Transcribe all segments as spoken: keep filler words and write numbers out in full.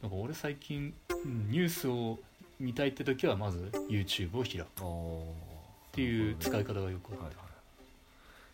なんか俺最近、うん、ニュースを見たいって時はまず YouTube を開くっていう使い方がよくある、はいはい、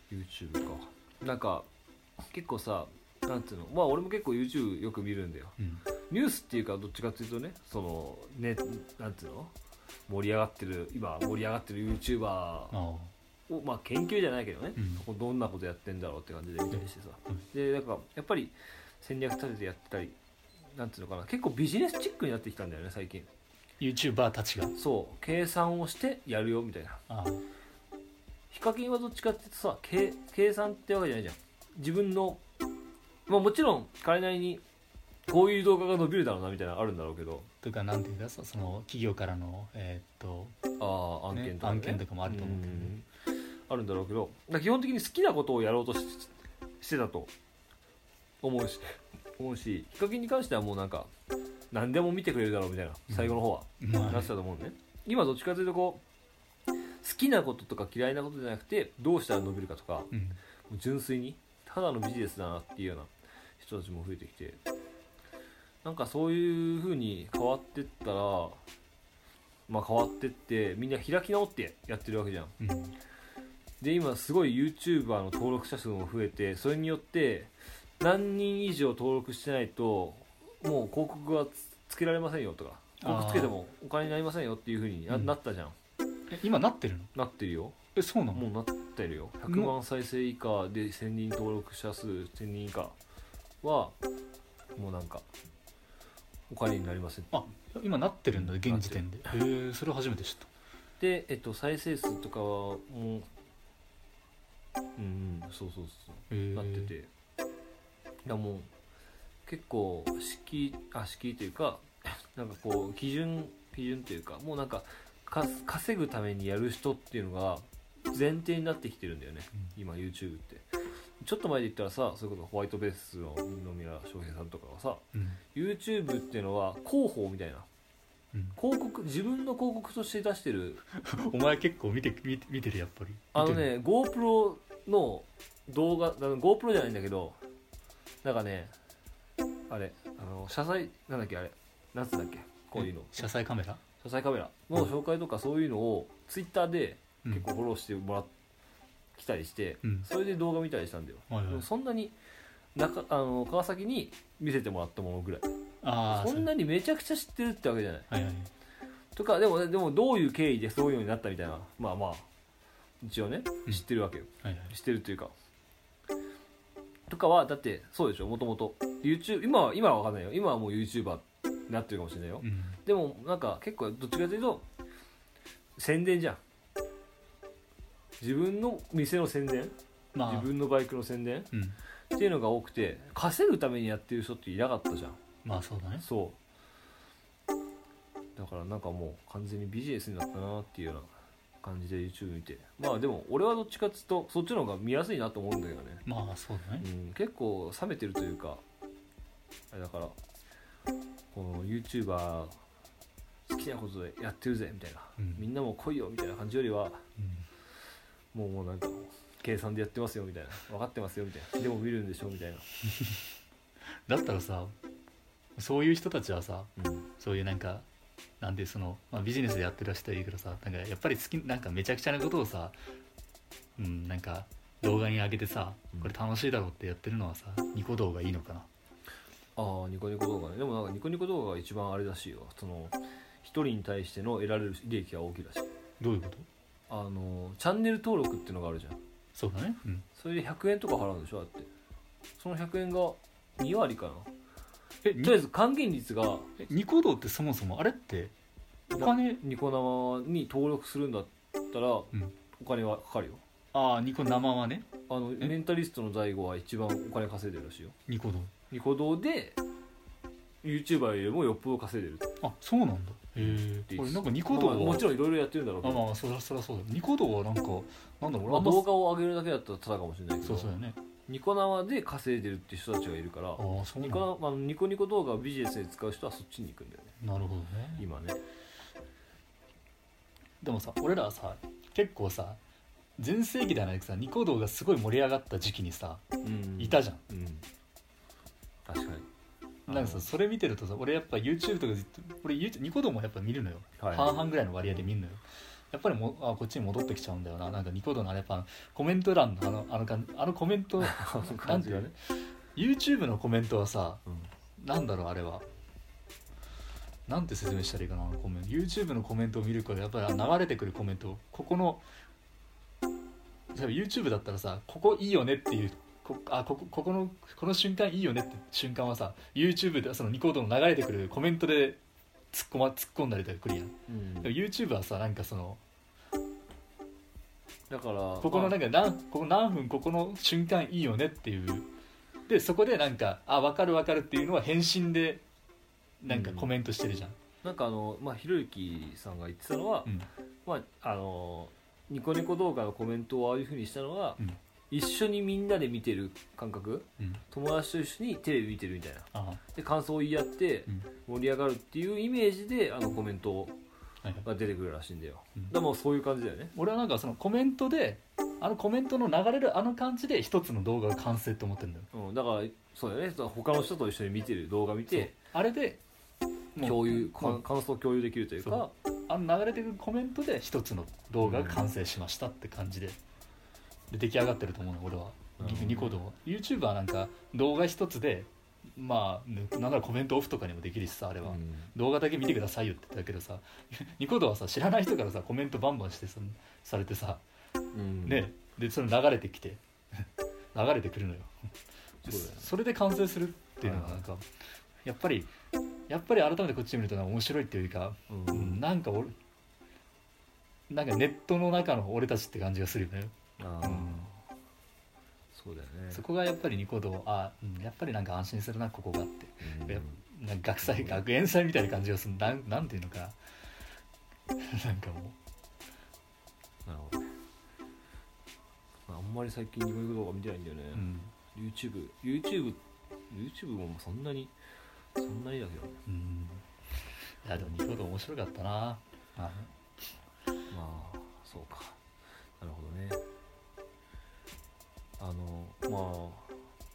YouTube か。なんか結構さ、なんていうの、まあ俺も結構 YouTube よく見るんだよ、うん、ニュースっていうかどっちかっていうとね、そのね、なんていうの、盛り上がってる今盛り上がってる YouTuber をまあ研究じゃないけどね、うん、どんなことやってんだろうって感じで見たりしてさ、うん、でなんかやっぱり戦略立ててやってたり、なんていうのかな、結構ビジネスチックになってきたんだよね最近。 YouTuber たちがそう計算をしてやるよみたいな。ああ、ヒカキンはどっちかっていうとさ、計, 計算ってわけじゃないじゃん。自分の、まあ、もちろん彼なりにこういう動画が伸びるだろうなみたいなのあるんだろうけど、 というかなんていうか、その企業からのえー、っとあ案件とか、ね、 案件とかもあると思うけど、ね、 あるんだろうけど、基本的に好きなことをやろうと し, してたと思うし思うしヒカキンに関してはもうなんか何でも見てくれるだろうみたいな、最後の方は、うん、なってたと思うね。今どっちかというとこう好きなこととか嫌いなことじゃなくてどうしたら伸びるかとか、うん、もう純粋にただのビジネスだなっていうような人たちも増えてきて、なんかそういう風に変わってったら、まあ変わってってみんな開き直ってやってるわけじゃん、うん、で今すごい YouTuber の登録者数も増えて、それによって何人以上登録してないともう広告が つ, つけられませんよとか、広告つけてもお金になりませんよっていう風に な,、うん、なったじゃん。 え今なってるの？ なってるよ。 えそうなの？ もうなってるよ。ひゃくまん再生以下でせんにん登録者数せんにん以下はもうなんかお金になりません。 あ今なってるんだ現時点で。へえ、それは初めて知った。 でえっと再生数とかはもううんうんそうそうそうなってて、いやもう結構敷居あ敷居というかなんかこう基準基準というか、もうなんかか稼ぐためにやる人っていうのが前提になってきてるんだよね、うん、今 YouTube って。ちょっと前で言ったらさ、そういうことホワイトベースの二宮翔平さんとかがさ、うん、YouTube っていうのは広報みたいな、うん、広告、自分の広告として出してるお前結構見て見て見てるやっぱり。 あのね GoPro の動画 GoPro じゃないんだけど、なんかねあれあの車載なんだっけあれなんつうんだっけこういうの車載カメラ車載カメラの紹介とかそういうのを Twitter で結構フォローしてもらってきたりして、うん、それで動画見たりしたんだよ、はいはい、でもそんなに中あの川崎に見せてもらったものぐらい、あそんなにめちゃくちゃ知ってるってわけじゃない、はいはい、とかでも、ね、でもどういう経緯でそういうようになったみたいな、まあまあ一応ね知ってるわけよ、うんはいはい、知ってるというかとかはだってそうでしょ、もともと YouTube 今は今は分かんないよ、今はもう YouTuber になってるかもしれないよ、うん、でもなんか結構どっちかというと宣伝じゃん、自分の店の宣伝、まあ、自分のバイクの宣伝、うん、っていうのが多くて、稼ぐためにやってる人っていなかったじゃん。 まあそうだね。 そうだからなんかもう完全にビジネスになったなっていうような感じで YouTube 見て、まあでも俺はどっちかっていうとそっちの方が見やすいなと思うんだけどね。 まあそうだね、 うん、結構冷めてるというかあれだから、この YouTuber 好きなことでやってるぜみたいな、うん、みんなも来いよみたいな感じよりは、うん、もうもうなんか計算でやってますよみたいな、分かってますよみたいな、でも見るんでしょみたいなだったらさ、そういう人たちはさ、うん、そういうなんかなんでその、まあ、ビジネスでやってる人はいいけどさ、なんかやっぱり好きなんかめちゃくちゃなことをさ、うん、なんか動画に上げてさ、これ楽しいだろうってやってるのはさ、ニコ動がいいのかな。 ああニコニコ動画ね。でもなんかニコニコ動画が一番あれらしいよ、その一人に対しての得られる利益が大きいらしい。 どういうこと？ あのチャンネル登録っていうのがあるじゃん。 そうだね、うん、 それでひゃくえんとか払うんでしょ、だってそのひゃくえんがにわりかな。えとりあえず還元率がえニコ動ってそもそもあれってお金ニコ生に登録するんだったら、うん、お金はかかるよ。 ああニコ生はね、 あのメンタリストの大悟は一番お金稼いでるらしいよ、 ニコ動。 ニコ動で YouTuber よりもよっぽど稼いでる。 あそうなんだ。へえ。これなんかニコ動は、 まあ、もちろんいろいろやってるんだろうけど、 あまあそりゃそりゃそうだ。ニコ動はなんかなんだろう、 まあ、動画を上げるだけだったらただかもしれないけど、 そうそうだね、 ニコ生で稼いでるって人たちがいるから、あそうニコ、まあ、ニコニコ動画をビジネスで使う人はそっちに行くんだよね。 なるほどね。 今ね。 でもさ俺らはさ結構さ全盛期ではないけどさニコ動がすごい盛り上がった時期にさ、うん、いたじゃん、うん、 確かになんかさそれ見てるとさ俺やっぱ YouTube とかずっと俺 YouTube ニコ動もやっぱ見るのよ、はい、半々ぐらいの割合で見るのよ。やっぱりもあこっちに戻ってきちゃうんだよな。なんかニコ動のあれやっぱコメント欄のあのあの感じあのコメントなんていうね YouTube のコメントはさ、うん、なんだろうあれはなんて説明したらいいかな。あのコメント YouTube のコメントを見るからやっぱり流れてくるコメントここのYouTube だったらさここいいよねっていうこあここここのこの瞬間いいよねって瞬間はさ YouTube でそのニコ動の流れてくるコメントで突っ込ま突っ込んだりとかくるやん、うん、でも YouTube はさなんかそのだからここのなんか何ここ何分ここの瞬間いいよねっていうでそこでなんかあ分かる分かるっていうのは返信でなんかコメントしてるじゃん、うん、 なんかあのまあひろゆきさんが言ってたのは、うん、まああのニコニコ動画のコメントをああいう風にしたのは、うん、一緒にみんなで見てる感覚、うん、友達と一緒にテレビ見てるみたいなで感想を言い合って盛り上がるっていうイメージであのコメントが出てくるらしいんだよ、うん、だからもうそういう感じだよね。 俺はなんかそのコメントであのコメントの流れるあの感じで一つの動画が完成と思ってるんだよ、 うん、だからそうだよね他の人と一緒に見てる動画見てあれで共有、うん、感想を共有できるというかあの流れてくるコメントで一つの動画が完成しましたって感じで、で出来上がってると思うの俺は、うん、ニコ動 YouTube はなんか動画一つでまあなんならコメントオフとかにもできるしさあれは、うん、動画だけ見てくださいよって言ったけどさニコ動はさ知らない人からさコメントバンバンしてさされてさ、うん、ねでそれ流れてきて流れてくるのよそうだよ、ね、それで完成するっていうのがなんか、はい、やっぱりやっぱり改めてこっち見ると面白いっていうか、うん、なんか俺なんかネットの中の俺たちって感じがするよね。あ、うん、 そうだよね。 そこがやっぱりニコ動あ、うん、やっぱりなんか安心するなここがあって、うん、なんか学祭学園祭みたいな感じがする。なん、なんていうのかななんかもうなるほどね。あんまり最近ニコニコ動画見てないんだよね、うん、YouTube YouTube YouTube もそんなにそんなにだけどね。うん。 いやでもニコ動面白かったな。あまあそうか。なるほどね。あのまあ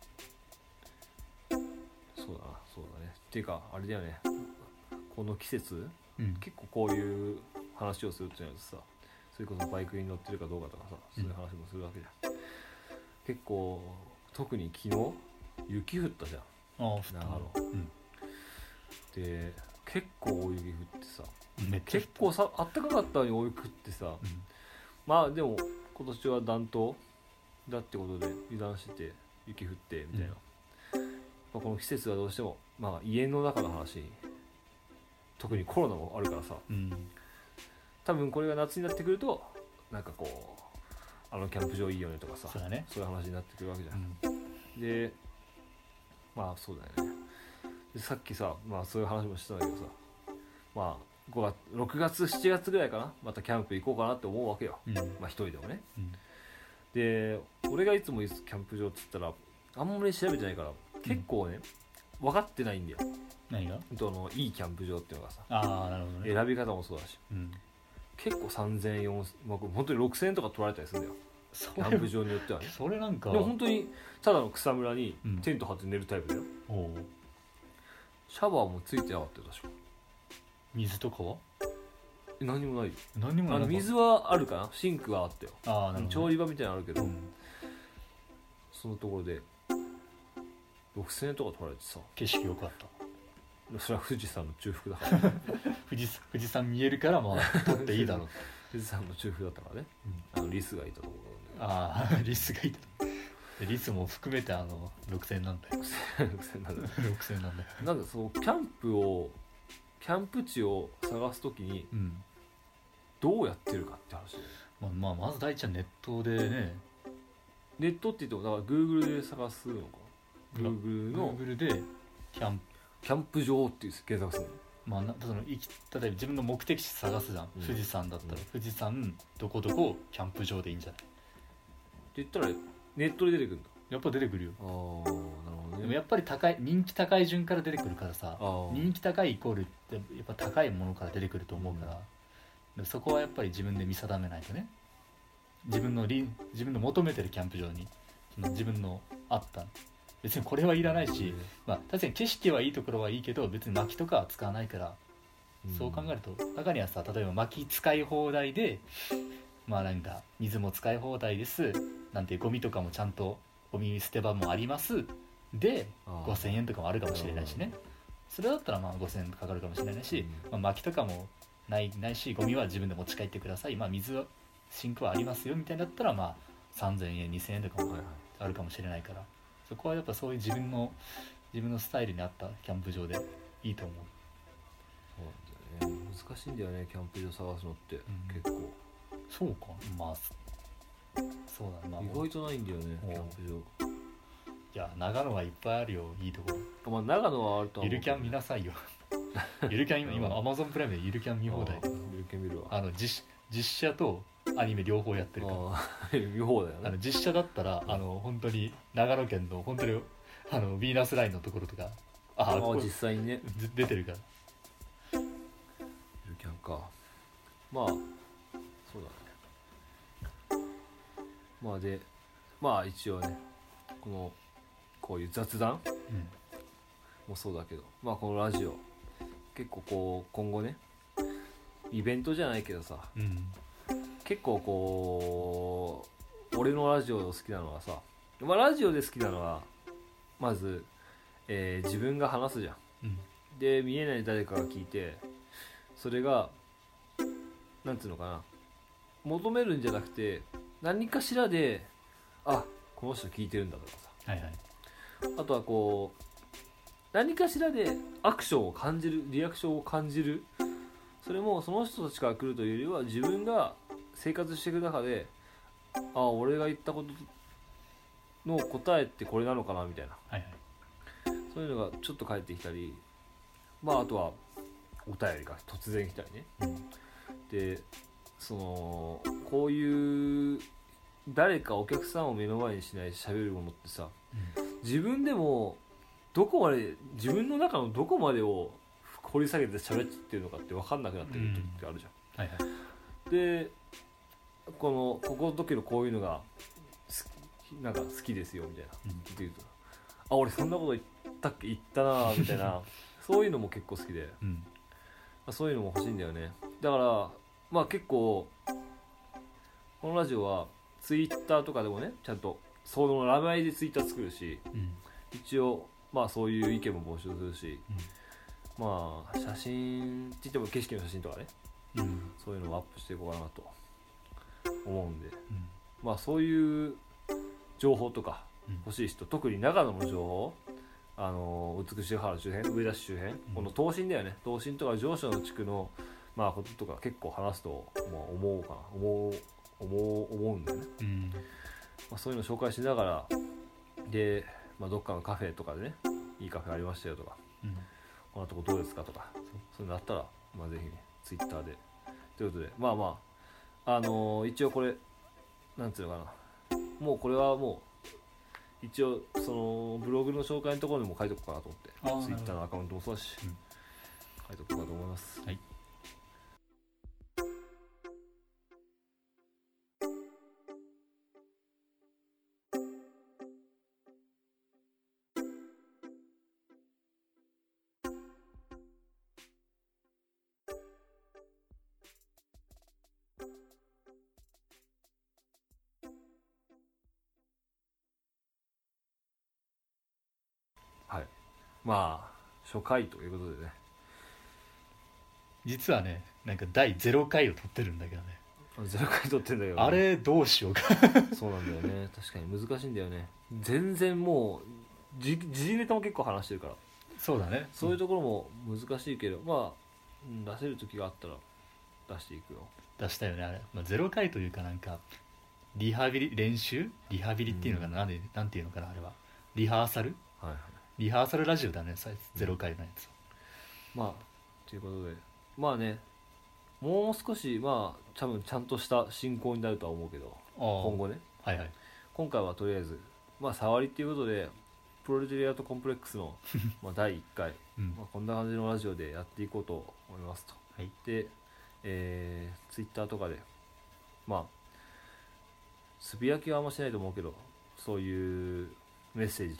そうだなそうだね。っていうかあれだよね。この季節、うん、結構こういう話をするっていうのはさ、それこそバイクに乗ってるかどうかとかさ、そういう話もするわけじゃん。うん、結構特に昨日雪降ったじゃん。 ああ降ったな。うん。 で結構大雪降ってさ結構さあったかかったのに大雪降ってさ、うん、まあでも今年は暖冬だってことで油断してて雪降ってみたいな、うん、まあ、この季節はどうしても、まあ、家の中の話特にコロナもあるからさ、うん、多分これが夏になってくるとなんかこうあのキャンプ場いいよねとかさそうだね、 そういう話になってくるわけじゃん、うん、でまあそうだよね。でさっきさ、まあそういう話もしてたんだけどさ、まあごがつろくがつしちがつぐらいかな、またキャンプ行こうかなって思うわけよ、うん、まあ一人でもね、うん、で俺がいつも行くキャンプ場っつったらあんまり調べてないから結構ね、うん、分かってないんだよ。 何が？ あのいいキャンプ場っていうのがさ、 あーなるほどね、 選び方もそうだし、うん、結構さんぜんえんよんせんえん、まあ、本当にろくせんえんとか取られたりするんだよキャンプ場によってはね。 それなんかでも本当にただの草むらにテント張って寝るタイプだよ、うん、おシャワーもついてなかったよ確か。 水とかは何もない。 何もない。 あの水はあるかな、シンクはあったよ。 ああなるほど、ね、 調理場みたいなのあるけど、うん、そのところでろくせんえんとか取られてさ。 景色良かった。 それは富士山の中腹だから富士富士山見えるからまあ取っていいだろう富士山の中腹だったからね、うん、あのリスがいたところ、ね、ああリスがいたリスも含めてあのろくせんえんなんだよろくせんえんなんだよろくせんえんなんだよ。 なんかそうキャンプをキャンプ地を探すときにどうやってるかって話で、 うん、まあ、まあまず第一はネットでね。 ネットって言ってもだから Google で探すのかな。 Google の Google でキャンプキャンプ場っていう検索するの。 まあ、なその例えば自分の目的地探すじゃん、うん、富士山だったら、うん、富士山どこどこキャンプ場でいいんじゃないって言ったらネットで出てくるんだ。 やっぱ出てくるよ。 ああなるほどね。 でもやっぱり高い人気高い順から出てくるからさ、人気高いイコールってやっぱ高いものから出てくると思うから、うん、そこはやっぱり自分で見定めないとね。自分のリ自分の求めてるキャンプ場にその自分のあった別にこれはいらないし、 うんまあ、確かに景色はいいところはいいけど別に薪とかは使わないから、 うんそう考えると中にはさ、例えば薪使い放題で、まあなんか水も使い放題ですなんて、ゴミとかもちゃんとゴミ捨て場もありますであーごせんえんとかもあるかもしれないしね。それだったらまあごせんえんかかるかもしれないし、 うんまあ、薪とかもないないし、ゴミは自分で持ち帰ってください、まあ、水はシンクはありますよみたいなだったらまあさんぜんえんにせんえんとかもはいはいあるかもしれないから、そこはやっぱそういう自分の自分のスタイルに合ったキャンプ場でいいと思う。 そうなんだよね。難しいんだよねキャンプ場探すのって、 ん結構そうか、まあそうだね、まあ、 意外とないんだよねおキャンプいや長野はいっぱいあるよ、いいところ。 場。まあ長野はあるとは思うけどゆるキャン見なさいよゆるキャン今今うんアマゾンプライムでゆるキャン見放題、 あーゆるキャン見るわ。 あの実実写とアニメ両方やってるから、 あー見放題だね。 あの実写だったらあの本当に長野県の本当にあのヴィーナスラインのところとかああーここ実際にねず出てるから。 ゆるキャンか。まあそうだね。まあでまあ一応ねこのこういう雑談うんもそうだけど、まあこのラジオ結構こう今後ねイベントじゃないけどさ、 うん結構こう俺のラジオ好きなのはさ、まあラジオで好きなのはまず、えー自分が話すじゃん。 うんで見えない誰かが聞いて、それがなんていうのかな、求めるんじゃなくて何かしらで、あこの人聞いてるんだとかさ、 はいはいあとはこう何かしらでアクションを感じる、リアクションを感じる。それもその人たちから来るというよりは自分が生活していく中で、あ俺が言ったことの答えってこれなのかなみたいな、 はいはいそういうのがちょっと返ってきたり、まああとはお便りが突然来たりね。 うんでそのこういう誰かお客さんを目の前にしないで喋るものってさ、自分でもどこまで自分の中のどこまでを掘り下げて喋ってるのかって分かんなくなってくる時ってあるじゃん、 はいはいでこのここの時のこういうのが好きなんか好きですよみたいなうん聞いてると、あ俺そんなこと言ったっけ言ったなみたいなそういうのも結構好きで、 うんそういうのも欲しいんだよね。だからまあ結構このラジオはツイッターとかでもねちゃんとその名前でツイッター作るし、 うん一応まあそういう意見も募集するし、まあ写真って言っても景色の写真とかね、 うんうんそういうのもアップしていこうかなと思うんで、 うんまあそういう情報とかうん欲しい人、特に長野の情報、あの美し原周辺、上田市周辺、この東進だよね、東進とか上昇の地区のまあこととか結構話すと、まあ、思うかな思う思う思うんだよね、 うんまあ、そういうのを紹介しながらで、まあ、どっかのカフェとかでねいいカフェありましたよとか、 うんこんなとこどうですかとか、そういうのあったら、まあ、ぜひねツイッターでということで、まあまああのー一応これなんていうのかな、もうこれはもう一応そのブログの紹介のところにも書いとこうかなと思って、ツイッターのアカウントもそうだし、 うん書いとこうかと思います。 はいはい、まあ初回ということでね、 実はねなんかだいゼロかいを撮ってるんだけどね、 ゼロ回撮ってんだけど、ね、 あれどうしようかそうなんだよね、確かに難しいんだよね。全然もうじ時事ネタも結構話してるから、 そうだね、 そういうところも難しいけど、まあ、うん出せる時があったら出していくよ。 出したよねあれ、まあ、ゼロかいというかなんかリハビリ練習リハビリっていうのかな、なんでなんていうのかなあれはリハーサルはいはい。 リハーサルラジオだねさゼロかいのやつ、 まあということで、まあね、もう少しまあ多分ちゃんとした進行になるとは思うけど、今今後ね、 はいはい今回はとりあえずまあ触りっていうことでプロレタリアートコンプレックスのまあだいいっかい、 うんまあ、こんな感じのラジオでやっていこうと思いますと。 はいで、えー、ツイッターとかでまあつぶやきはあんましないと思うけど、そういうメッセージとか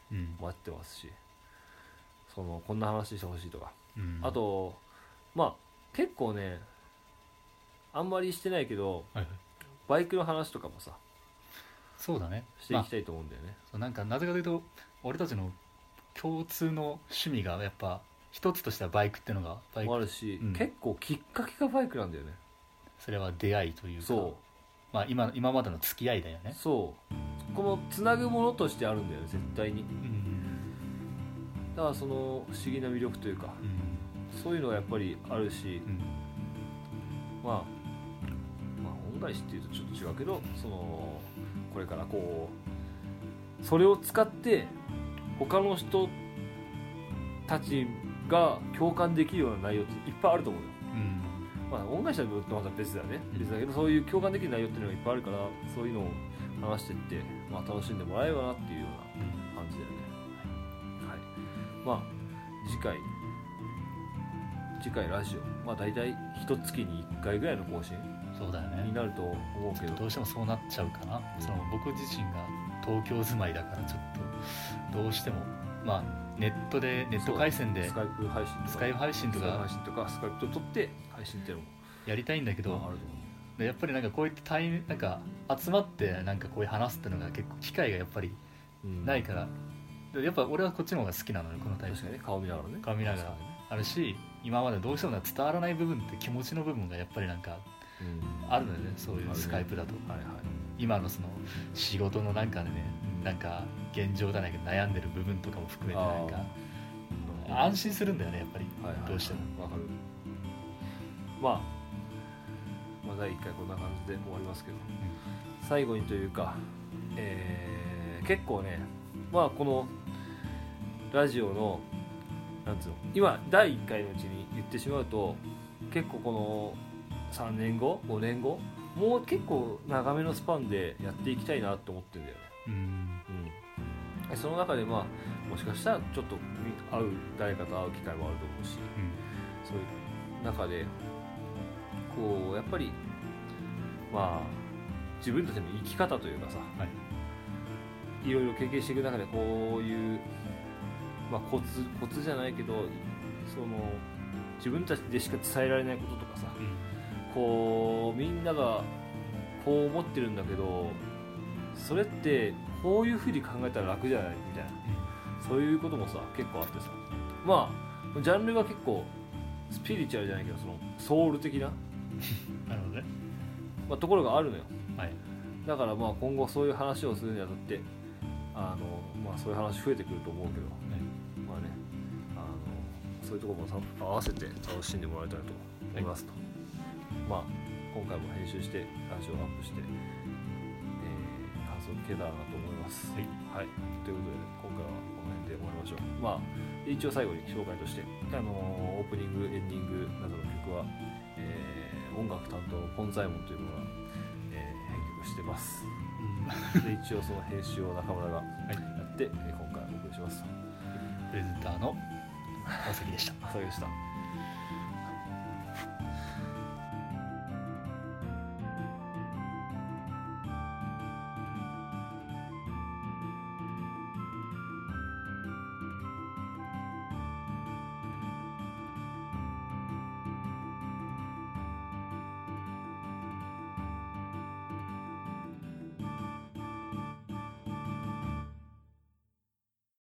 うんもやってますし、そのこんな話してほしいとか、 うんあとまあ結構ねあんまりしてないけどはいはい、 バイクの話とかもさそうだね、 していきたいと思うんだよね、 そうなんかなぜかというと俺たちの共通の趣味がやっぱ一つとしてはバイクっていうのがバイクもあるし、 うん結構きっかけがバイクなんだよね。 それは出会いというか、 そまあ、今, 今までの付き合いだよねう。そうこのつなぐものとしてあるんだよね絶対に。 うんだからその不思議な魅力というか、 うんそういうのがやっぱりあるし、 うんまあ、まあ恩返しっていうとちょっと違うけど、そのこれからこうそれを使って他の人たちが共感できるような内容っていっぱいあると思うよ。 うんまあ、恩返しはまた別だよね、別だけど、そういう共感できる内容っていうのがいっぱいあるから、そういうのを話していって、まあ、楽しんでもらえればなっていうような感じだよね。はい、まあ次回次回ラジオ、まあ大体一月にいっかいぐらいの更新そうだよねになると思うけど、 どうしてもそうなっちゃうかな、その僕自身が東京住まいだからちょっとどうしてもまあネットでネット回線でスカイプ配信とかスカイプ配信とスカイプか配信とかスカイプと撮って配信っていうのもやりたいんだけど、 まああると思でやっぱりなんかこういったタイムなんか集まってなんかこういう話すっていうのが結構機会がやっぱりう、うん、 ないから、でやっぱ俺はこっちの方が好きなのよこのタイプ確かにね、顔見ながらね顔見ながら確かあるし、今までどうしても伝わらない部分って気持ちの部分がやっぱりなんかにねあるのよね、そういうスカイプだと、 うん、はいはい今のその仕事のなんかでね、なんか現状じゃないけど悩んでる部分とかも含めてなんか安心するんだよねやっぱり、 はいはい、 どうしてもわかる。まあまあだいいっかいこんな感じで終わりますけど、最後にというか、えー結構ね、まあこのラジオのなんつうの、今だいいっかいのうちに言ってしまうと、結構このさんねんごごねんごもう結構長めのスパンでやっていきたいなと思ってるんだよね。 うんうん、その中でまあもしかしたらちょっと会う誰かと会う機会もあると思うし、そういう中でこうやっぱりまあ自分たちの生き方というかさ、 はいいろいろ経験していく中でこういう、まあ、コツコツじゃないけど、その自分たちでしか伝えられないこととかさ、こうみんながこう思ってるんだけど、それってこういうふうに考えたら楽じゃないみたいな、そういうこともさ結構あってさ、まあジャンルが結構スピリチュアルじゃないけど、そのソウル的ななるほどね、 まあ、ところがあるのよ。 はい、 だからまあ今後そういう話をするにあたってあの、まあ、そういう話増えてくると思うけど、まあね、あのそういうところも合わせて楽しんでもらえたらと思いますと、はい、まあ今回も編集してラジオをアップして、えー、感想を聞けたらなと思います。 はい、 はい、ということで今回はこの辺で終わりましょう。まあ一応最後に紹介として、あのオープニングエンディングなどの曲は、えー、音楽担当のポンザイモンというものが、えー、編曲してます。で一応その編集を中村がやって、はい、今回お送りします。 プレゼンターの川崎でした。 川崎でした。